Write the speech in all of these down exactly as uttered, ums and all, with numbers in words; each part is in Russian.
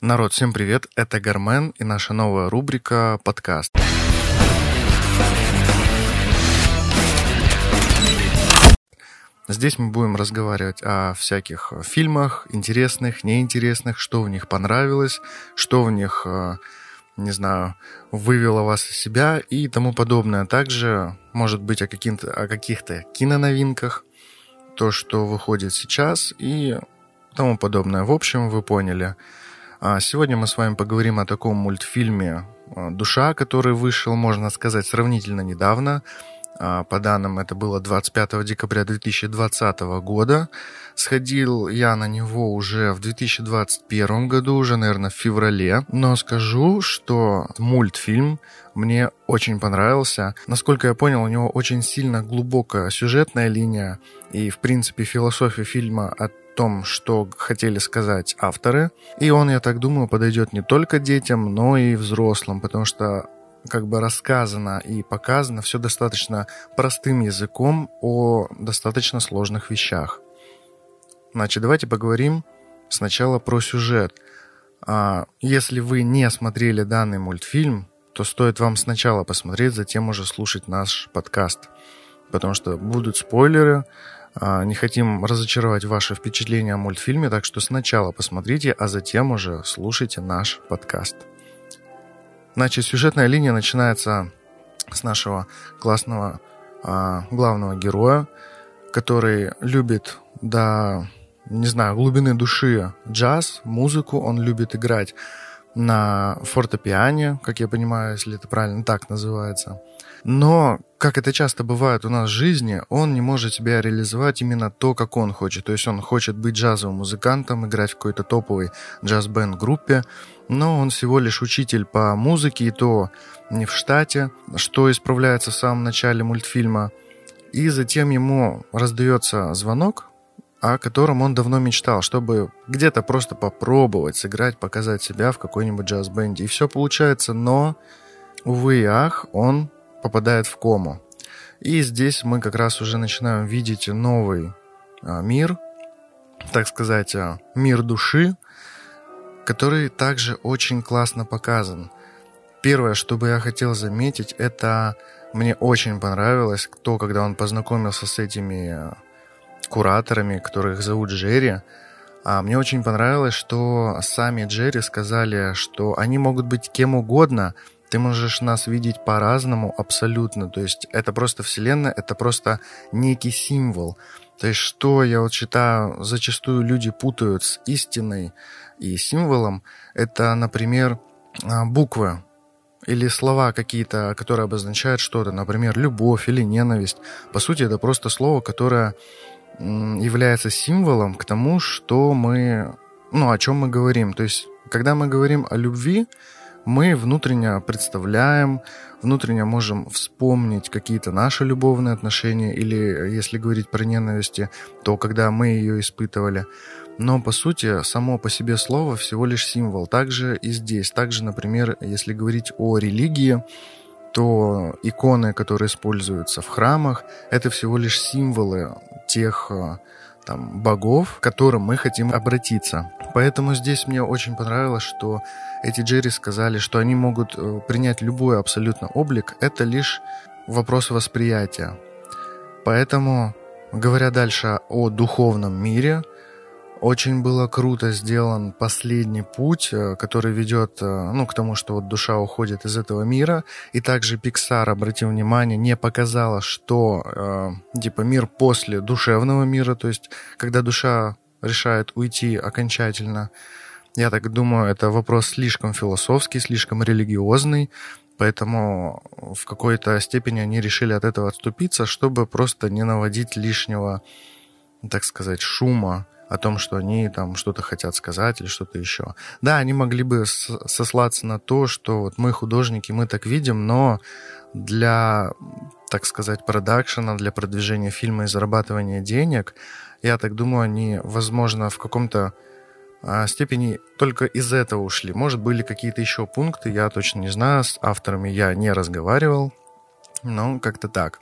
Народ, всем привет, это Гармен и наша новая рубрика «Подкаст». Здесь мы будем разговаривать о всяких фильмах, интересных, неинтересных, что в них понравилось, что в них, не знаю, вывело вас из себя и тому подобное. Также, может быть, о, каких-то, о каких-то киноновинках, то, что выходит сейчас и тому подобное. В общем, вы поняли. Сегодня мы с вами поговорим о таком мультфильме «Душа», который вышел, можно сказать, сравнительно недавно. По данным, это было двадцать пятого декабря две тысячи двадцатого года. Сходил я на него уже в две тысячи двадцать первом году, уже, наверное, в феврале. Но скажу, что мультфильм мне очень понравился. Насколько я понял, у него очень сильно глубокая сюжетная линия и, в принципе, философия фильма от о том, что хотели сказать авторы. И он, я так думаю, подойдет не только детям, но и взрослым, потому что как бы рассказано и показано все достаточно простым языком о достаточно сложных вещах. Значит, давайте поговорим сначала про сюжет. Если вы не смотрели данный мультфильм, то стоит вам сначала посмотреть, затем уже слушать наш подкаст, потому что будут спойлеры. Не хотим разочаровать ваши впечатления о мультфильме, так что сначала посмотрите, а затем уже слушайте наш подкаст. Значит, сюжетная линия начинается с нашего классного а, главного героя, который любит до, не знаю, глубины души джаз, музыку. Он любит играть на фортепиано, как я понимаю, если это правильно так называется. Но, как это часто бывает у нас в жизни, он не может себя реализовать именно то, как он хочет. То есть он хочет быть джазовым музыкантом, играть в какой-то топовой джаз-бенд-группе, но он всего лишь учитель по музыке, и то не в штате, что исправляется в самом начале мультфильма. И затем ему раздается звонок, о котором он давно мечтал, чтобы где-то просто попробовать сыграть, показать себя в какой-нибудь джаз-бенде. И все получается, но, увы и ах, он попадает в кому. И здесь мы как раз уже начинаем видеть новый а, мир, так сказать, а, мир души, который также очень классно показан. Первое, что бы я хотел заметить, это мне очень понравилось то, когда он познакомился с этими кураторами, которых зовут Джерри. А мне очень понравилось, что сами Джерри сказали, что они могут быть кем угодно. Ты можешь нас видеть по-разному абсолютно. То есть это просто вселенная, это просто некий символ. То есть что я вот считаю, зачастую люди путают с истиной и символом. Это, например, буквы или слова какие-то, которые обозначают что-то. Например, любовь или ненависть. По сути, это просто слово, которое является символом к тому, что мы, ну, о чем мы говорим. То есть когда мы говорим о любви, мы внутренне представляем, внутренне можем вспомнить какие-то наши любовные отношения, или, если говорить про ненависть, то когда мы ее испытывали. Но, по сути, само по себе слово всего лишь символ. Также и здесь. Также, например, если говорить о религии, то иконы, которые используются в храмах, это всего лишь символы тех там богов, к которым мы хотим обратиться. Поэтому здесь мне очень понравилось, что эти Джерри сказали, что они могут принять любой абсолютно облик, это лишь вопрос восприятия. Поэтому, говоря дальше о духовном мире, очень было круто сделан последний путь, который ведет, ну, к тому, что вот душа уходит из этого мира. И также Pixar, обратим внимание, не показала, что э, типа мир после душевного мира, то есть когда душа решает уйти окончательно. Я так думаю, это вопрос слишком философский, слишком религиозный, поэтому в какой-то степени они решили от этого отступиться, чтобы просто не наводить лишнего, так сказать, шума о том, что они там что-то хотят сказать или что-то еще. Да, они могли бы сослаться на то, что вот мы художники, мы так видим, но для, так сказать, продакшена, для продвижения фильма и зарабатывания денег, я так думаю, они, возможно, в каком-то а, степени только из этого ушли. Может, были какие-то еще пункты, я точно не знаю, с авторами я не разговаривал, но как-то так.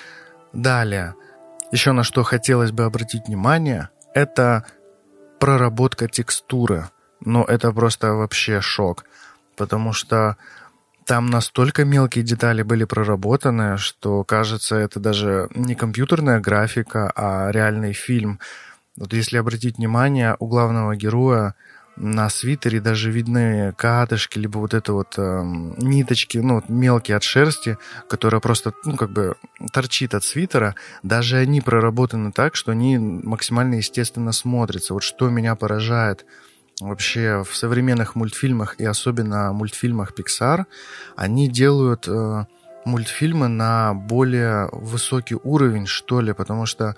Далее, еще на что хотелось бы обратить внимание, это проработка текстуры. но это просто вообще шок, потому что там настолько мелкие детали были проработаны, что, кажется, это даже не компьютерная графика, а реальный фильм. Вот если обратить внимание, у главного героя на свитере даже видны катышки, либо вот это вот э, ниточки, ну, вот мелкие от шерсти, которая просто, ну, как бы торчит от свитера. Даже они проработаны так, что они максимально естественно смотрятся. Вот что меня поражает вообще в современных мультфильмах, и особенно мультфильмах Pixar, они делают э, мультфильмы на более высокий уровень, что ли, потому что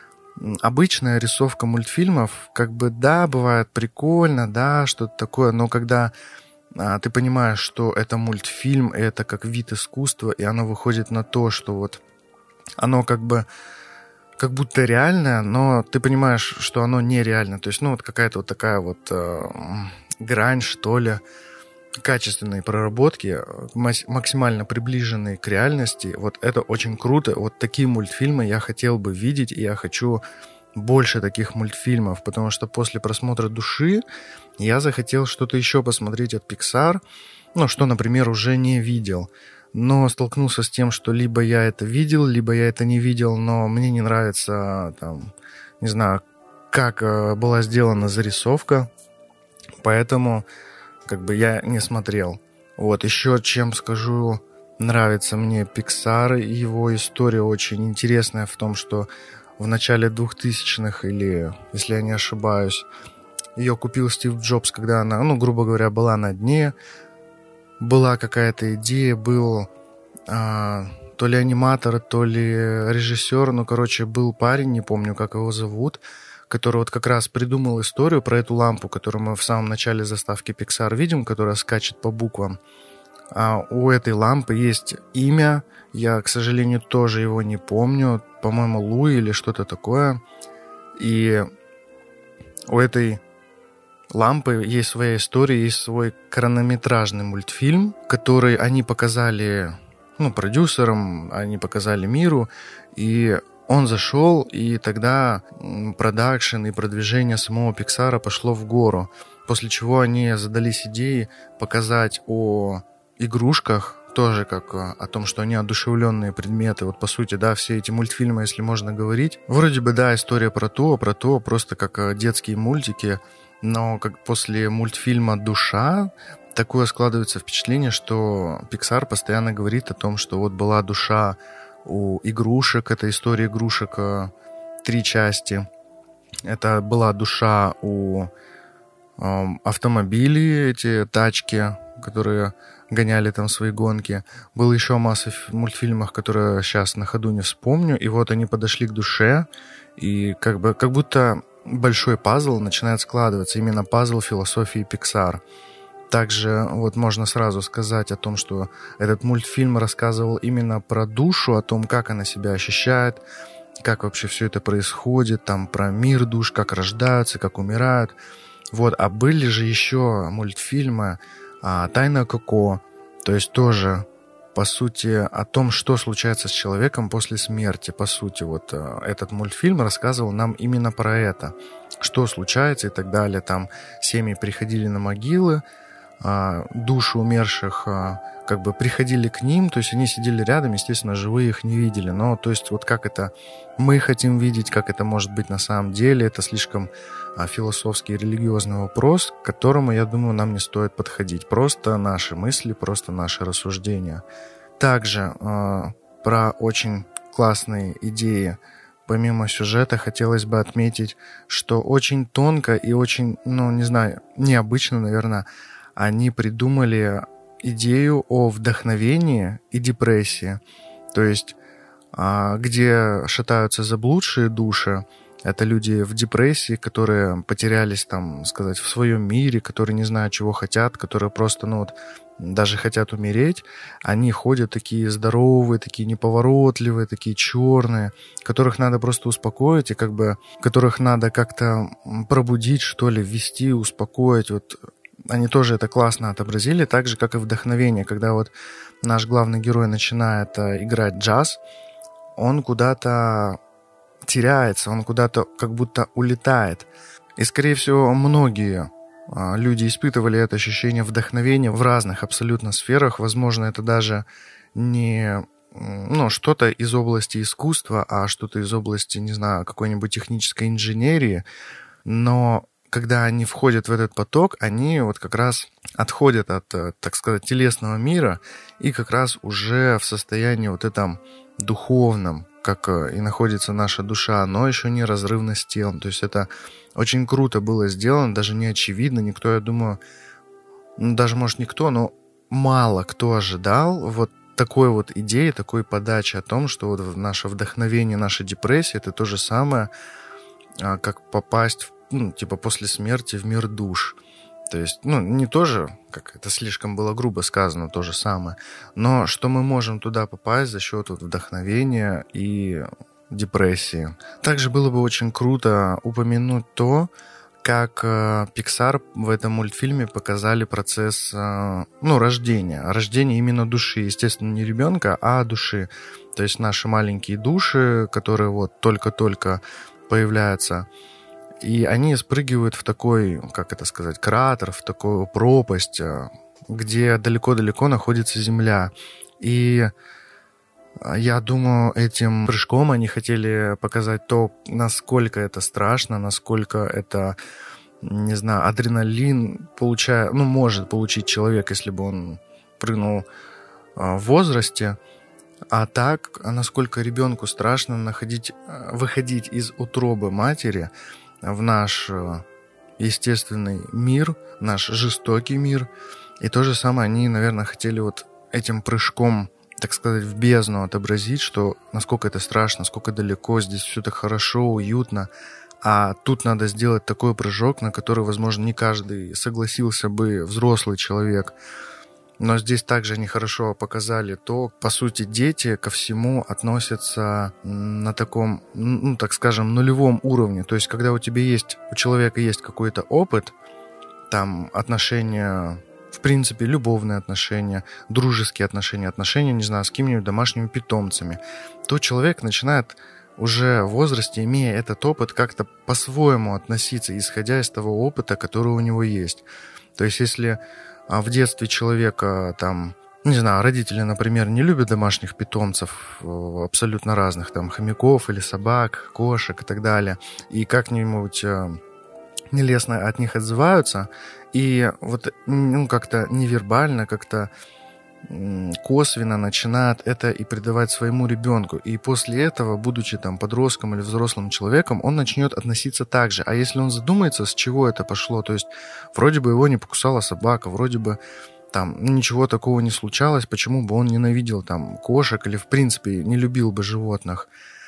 обычная рисовка мультфильмов, как бы, да, бывает прикольно, да, что-то такое, но когда а, ты понимаешь, что это мультфильм, это как вид искусства, и оно выходит на то, что вот оно как бы как будто реальное, но ты понимаешь, что оно нереально. То есть, ну, вот какая-то вот такая вот э, грань, что ли, качественной проработки, максимально приближенные к реальности. Вот это очень круто. Вот такие мультфильмы я хотел бы видеть, и я хочу больше таких мультфильмов, потому что после просмотра «Души» я захотел что-то еще посмотреть от Pixar, ну, что, например, уже не видел. Но столкнулся с тем, что либо я это видел, либо я это не видел, но мне не нравится, там, не знаю, как была сделана зарисовка, поэтому как бы я не смотрел. Вот, еще чем скажу, нравится мне Pixar, его история очень интересная в том, что в начале двухтысячных, или, если я не ошибаюсь, ее купил Стив Джобс, когда она, ну, грубо говоря, была на дне, была какая-то идея, был а, то ли аниматор, то ли режиссер, ну, короче, был парень, не помню, как его зовут, который вот как раз придумал историю про эту лампу, которую мы в самом начале заставки Pixar видим, которая скачет по буквам. А у этой лампы есть имя, я, к сожалению, тоже его не помню, по-моему, Луи или что-то такое. И у этой лампы есть своя история, есть свой хронометражный мультфильм, который они показали, ну, продюсерам, они показали миру, и он зашел, и тогда продакшн и продвижение самого Pixar пошло в гору, после чего они задались идеей показать о игрушках, тоже как о том, что они одушевленные предметы. Вот по сути, да, все эти мультфильмы, если можно говорить, вроде бы, да, история про то, про то, просто как детские мультики, но как после мультфильма «Душа» такое складывается впечатление, что Pixar постоянно говорит о том, что вот была душа у игрушек, это история игрушек, три части. Это была душа у э, автомобилей, эти тачки, которые гоняли там свои гонки. Было еще масса мультфильмов, которые сейчас на ходу не вспомню. И вот они подошли к душе, и как бы как будто большой пазл начинает складываться. Именно пазл философии Pixar. Также вот можно сразу сказать о том, что этот мультфильм рассказывал именно про душу, о том, как она себя ощущает, как вообще все это происходит, там про мир душ, как рождаются, как умирают. Вот, а были же еще мультфильмы а, «Тайна Коко», то есть тоже, по сути, о том, что случается с человеком после смерти. По сути, вот этот мультфильм рассказывал нам именно про это, что случается и так далее. Там семьи приходили на могилы, души умерших как бы приходили к ним, то есть они сидели рядом, естественно, живые их не видели, но то есть вот как это мы хотим видеть, как это может быть на самом деле, это слишком философский и религиозный вопрос, к которому, я думаю, нам не стоит подходить. Просто наши мысли, просто наши рассуждения. Также э, про очень классные идеи. Помимо сюжета хотелось бы отметить, что очень тонко и очень, ну, не знаю, необычно, наверное, они придумали идею о вдохновении и депрессии. То есть, где шатаются заблудшие души, это люди в депрессии, которые потерялись, там, сказать, в своем мире, которые не знают, чего хотят, которые просто, ну, вот, даже хотят умереть. Они ходят такие здоровые, такие неповоротливые, такие черные, которых надо просто успокоить, и как бы, которых надо как-то пробудить, что ли, ввести, успокоить, вот. Они тоже это классно отобразили, так же, как и вдохновение. Когда вот наш главный герой начинает играть джаз, он куда-то теряется, он куда-то как будто улетает. И, скорее всего, многие а, люди испытывали это ощущение вдохновения в разных абсолютно сферах. Возможно, это даже не ну, что-то из области искусства, а что-то из области, не знаю, какой-нибудь технической инженерии. Но когда они входят в этот поток, они вот как раз отходят от, так сказать, телесного мира и как раз уже в состоянии вот этом духовном, как и находится наша душа, но еще не разрывно с телом. То есть это очень круто было сделано, даже не очевидно. Никто, я думаю, ну, даже, может, никто, но мало кто ожидал вот такой вот идеи, такой подачи о том, что вот наше вдохновение, наша депрессия — это то же самое, как попасть, в, ну, типа после смерти в мир душ. То есть, ну, не то же, как это слишком было грубо сказано, то же самое, но что мы можем туда попасть за счет вот вдохновения и депрессии. Также было бы очень круто упомянуть то, как Pixar в этом мультфильме показали процесс, ну, рождения. Рождения именно души. Естественно, не ребенка, а души. То есть наши маленькие души, которые вот только-только появляются, и они спрыгивают в такой, как это сказать, кратер, в такую пропасть, где далеко-далеко находится Земля. И я думаю, этим прыжком они хотели показать то, насколько это страшно, насколько это, не знаю, адреналин получает, ну, может получить человек, если бы он прыгнул в возрасте. А так, насколько ребенку страшно находить, выходить из утробы матери в наш естественный мир, наш жестокий мир. И то же самое они, наверное, хотели вот этим прыжком, так сказать, в бездну отобразить, что насколько это страшно, насколько далеко, здесь все так хорошо, уютно, а тут надо сделать такой прыжок, на который, возможно, не каждый согласился бы, взрослый человек. Но здесь также они хорошо показали то, по сути, дети ко всему относятся на таком, ну, так скажем, нулевом уровне. То есть, когда у тебя есть, у человека есть какой-то опыт, там, отношения, в принципе, любовные отношения, дружеские отношения, отношения, не знаю, с какими-нибудь домашними питомцами, то человек начинает уже в возрасте, имея этот опыт, как-то по-своему относиться, исходя из того опыта, который у него есть. То есть, если в детстве человека, там, не знаю, родители, например, не любят домашних питомцев, абсолютно разных, там, хомяков или собак, кошек и так далее, и как-нибудь нелестно от них отзываются, и вот, ну, как-то невербально, как-то косвенно начинает это и придавать своему ребенку. И после этого, будучи там подростком или взрослым человеком, он начнет относиться так же. А если он задумается, с чего это пошло, то есть вроде бы его не покусала собака, вроде бы там ничего такого не случалось, почему бы он ненавидел там кошек или в принципе не любил бы животных.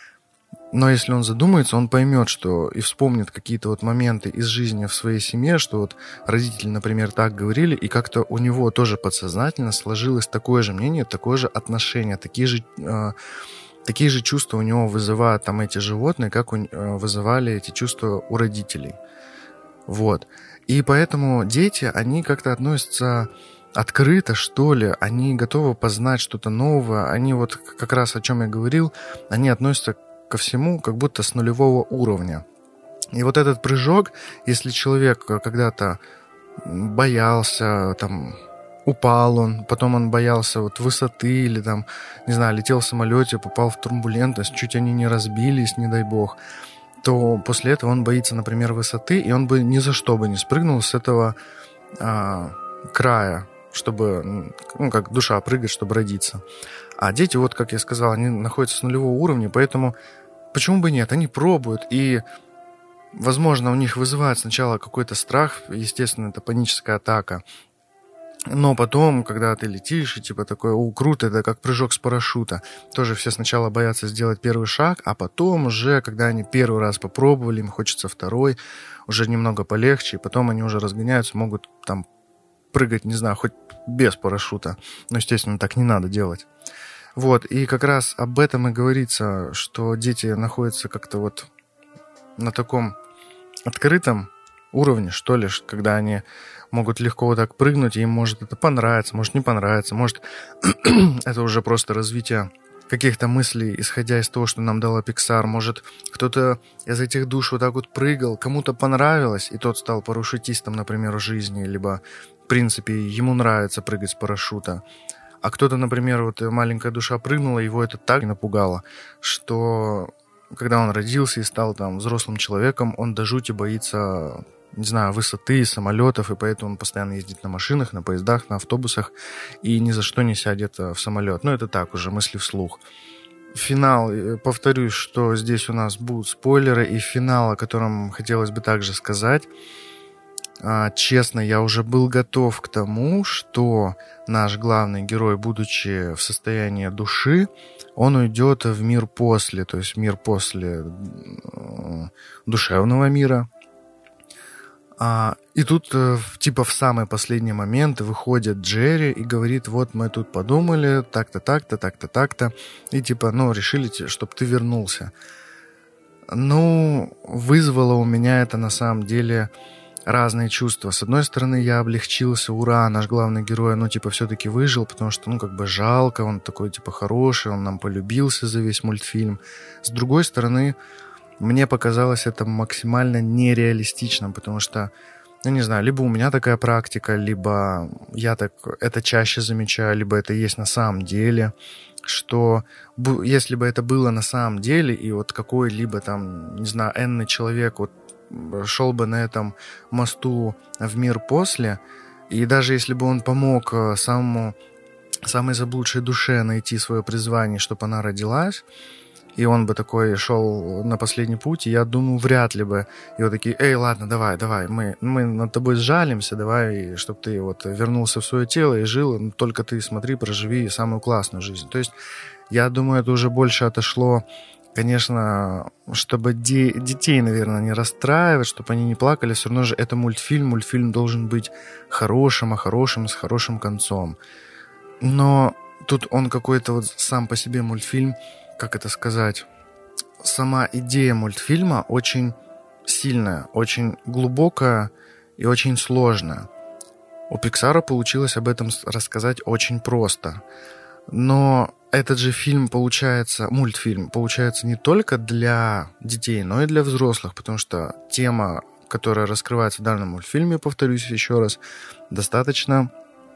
Но если он задумается, он поймет, что и вспомнит какие-то вот моменты из жизни в своей семье, что вот родители, например, так говорили, и как-то у него тоже подсознательно сложилось такое же мнение, такое же отношение, такие же, э, такие же чувства у него вызывают там эти животные, как у, э, вызывали эти чувства у родителей. Вот. И поэтому дети, они как-то относятся открыто, что ли, они готовы познать что-то новое, они вот как раз о чем я говорил, они относятся ко всему как будто с нулевого уровня. И вот этот прыжок, если человек когда-то боялся, там, упал он, потом он боялся вот высоты или там, не знаю, летел в самолете, попал в турбулентность, чуть они не разбились, не дай бог, то после этого он боится, например, высоты, и он бы ни за что бы не спрыгнул с этого а, края, чтобы, ну, как душа прыгать, чтобы родиться. А дети, вот как я сказал, они находятся с нулевого уровня, поэтому почему бы нет? Они пробуют, и, возможно, у них вызывает сначала какой-то страх, естественно, это паническая атака, но потом, когда ты летишь, и типа такое, о, круто, это как прыжок с парашюта, тоже все сначала боятся сделать первый шаг, а потом уже, когда они первый раз попробовали, им хочется второй, уже немного полегче, и потом они уже разгоняются, могут там прыгать, не знаю, хоть без парашюта. Но, естественно, так не надо делать. Вот, и как раз об этом и говорится, что дети находятся как-то вот на таком открытом уровне, что ли, когда они могут легко вот так прыгнуть, и им может это понравиться, может не понравиться, может это уже просто развитие каких-то мыслей, исходя из того, что нам дала Pixar. Может, кто-то из этих душ вот так вот прыгал, кому-то понравилось, и тот стал парашютистом, например, в жизни, либо, в принципе, ему нравится прыгать с парашюта. А кто-то, например, вот маленькая душа прыгнула, его это так напугало, что когда он родился и стал там взрослым человеком, он до жути боится, не знаю, высоты, самолетов, и поэтому он постоянно ездит на машинах, на поездах, на автобусах и ни за что не сядет в самолет. Ну, это так уже, мысли вслух. Финал, повторюсь, что здесь у нас будут спойлеры, и финал, о котором хотелось бы также сказать. Честно, я уже был готов к тому, что наш главный герой, будучи в состоянии души, он уйдет в мир после, то есть мир после душевного мира. И тут, типа, в самый последний момент выходит Джерри и говорит: вот мы тут подумали, так-то, так-то, так-то, так-то, и типа, ну, решили, чтобы ты вернулся. Ну, вызвало у меня это на самом деле разные чувства. С одной стороны, я облегчился, ура, наш главный герой, ну, типа, все-таки выжил, потому что, ну, как бы жалко, он такой, типа, хороший, он нам полюбился за весь мультфильм. С другой стороны, мне показалось это максимально нереалистичным, потому что, ну, не знаю, либо у меня такая практика, либо я так это чаще замечаю, либо это есть на самом деле, что если бы это было на самом деле, и вот какой-либо там, не знаю, энный человек вот шел бы на этом мосту в мир после, и даже если бы он помог самому, самой заблудшей душе найти свое призвание, чтобы она родилась, и он бы такой шел на последний путь, и я думаю, вряд ли бы его такие: эй, ладно, давай, давай, мы, мы над тобой сжалимся, давай, чтобы ты вот вернулся в свое тело и жил, только ты смотри, проживи самую классную жизнь. То есть я думаю, это уже больше отошло, конечно, чтобы де- детей, наверное, не расстраивать, чтобы они не плакали, все равно же это мультфильм, мультфильм должен быть хорошим, а хорошим, с хорошим концом. Но тут он какой-то вот сам по себе мультфильм, как это сказать, сама идея мультфильма очень сильная, очень глубокая и очень сложная. У Pixar получилось об этом рассказать очень просто. Но этот же фильм получается, мультфильм получается не только для детей, но и для взрослых, потому что тема, которая раскрывается в данном мультфильме, повторюсь еще раз, достаточно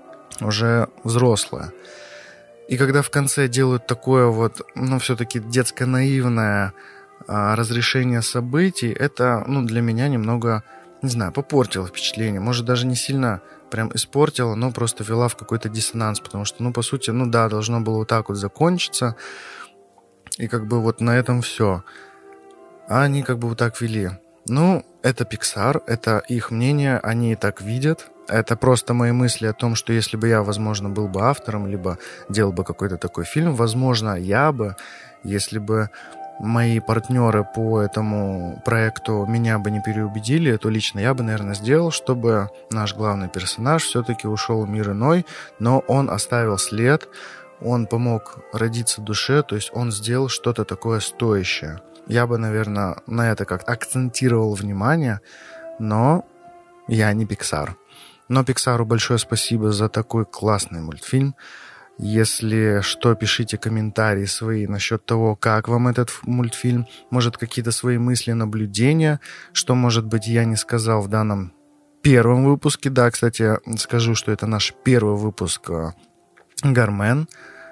уже взрослая. И когда в конце делают такое вот, ну, все-таки детско-наивное а, разрешение событий, это, ну, для меня немного, не знаю, попортило впечатление. Может, даже не сильно прям испортило, но просто ввела в какой-то диссонанс, потому что, ну, по сути, ну, да, должно было вот так вот закончиться, и как бы вот на этом все. А они как бы вот так вели. Ну, это Pixar, это их мнение, они так видят. Это просто мои мысли о том, что если бы я, возможно, был бы автором, либо делал бы какой-то такой фильм, возможно, я бы, если бы мои партнеры по этому проекту меня бы не переубедили, то лично я бы, наверное, сделал, чтобы наш главный персонаж все-таки ушел в мир иной, но он оставил след, он помог родиться душе, то есть он сделал что-то такое стоящее. Я бы, наверное, на это как-то акцентировал внимание, но я не Pixar. Но Pixar'у большое спасибо за такой классный мультфильм. Если что, пишите комментарии свои насчет того, как вам этот мультфильм, может, какие-то свои мысли, наблюдения, что, может быть, я не сказал в данном первом выпуске. Да, кстати, скажу, что это наш первый выпуск «Гармен».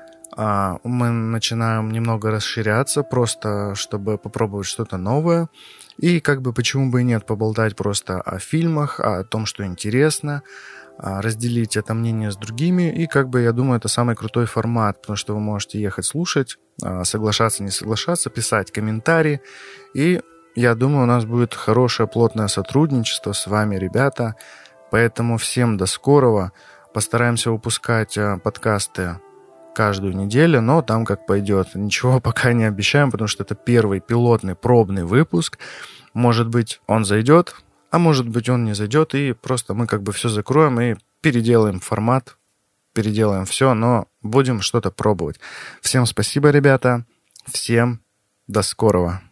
Мы начинаем немного расширяться, просто чтобы попробовать что-то новое. И как бы почему бы и нет, поболтать просто о фильмах, о том, что интересно, разделить это мнение с другими. И как бы я думаю, это самый крутой формат, потому что вы можете ехать слушать, соглашаться, не соглашаться, писать комментарии. И я думаю, у нас будет хорошее плотное сотрудничество с вами, ребята. Поэтому всем до скорого. Постараемся выпускать подкасты каждую неделю, но там как пойдет. Ничего пока не обещаем, потому что это первый пилотный пробный выпуск. Может быть, он зайдет, а может быть, он не зайдет, и просто мы как бы все закроем и переделаем формат, переделаем все, но будем что-то пробовать. Всем спасибо, ребята. Всем до скорого.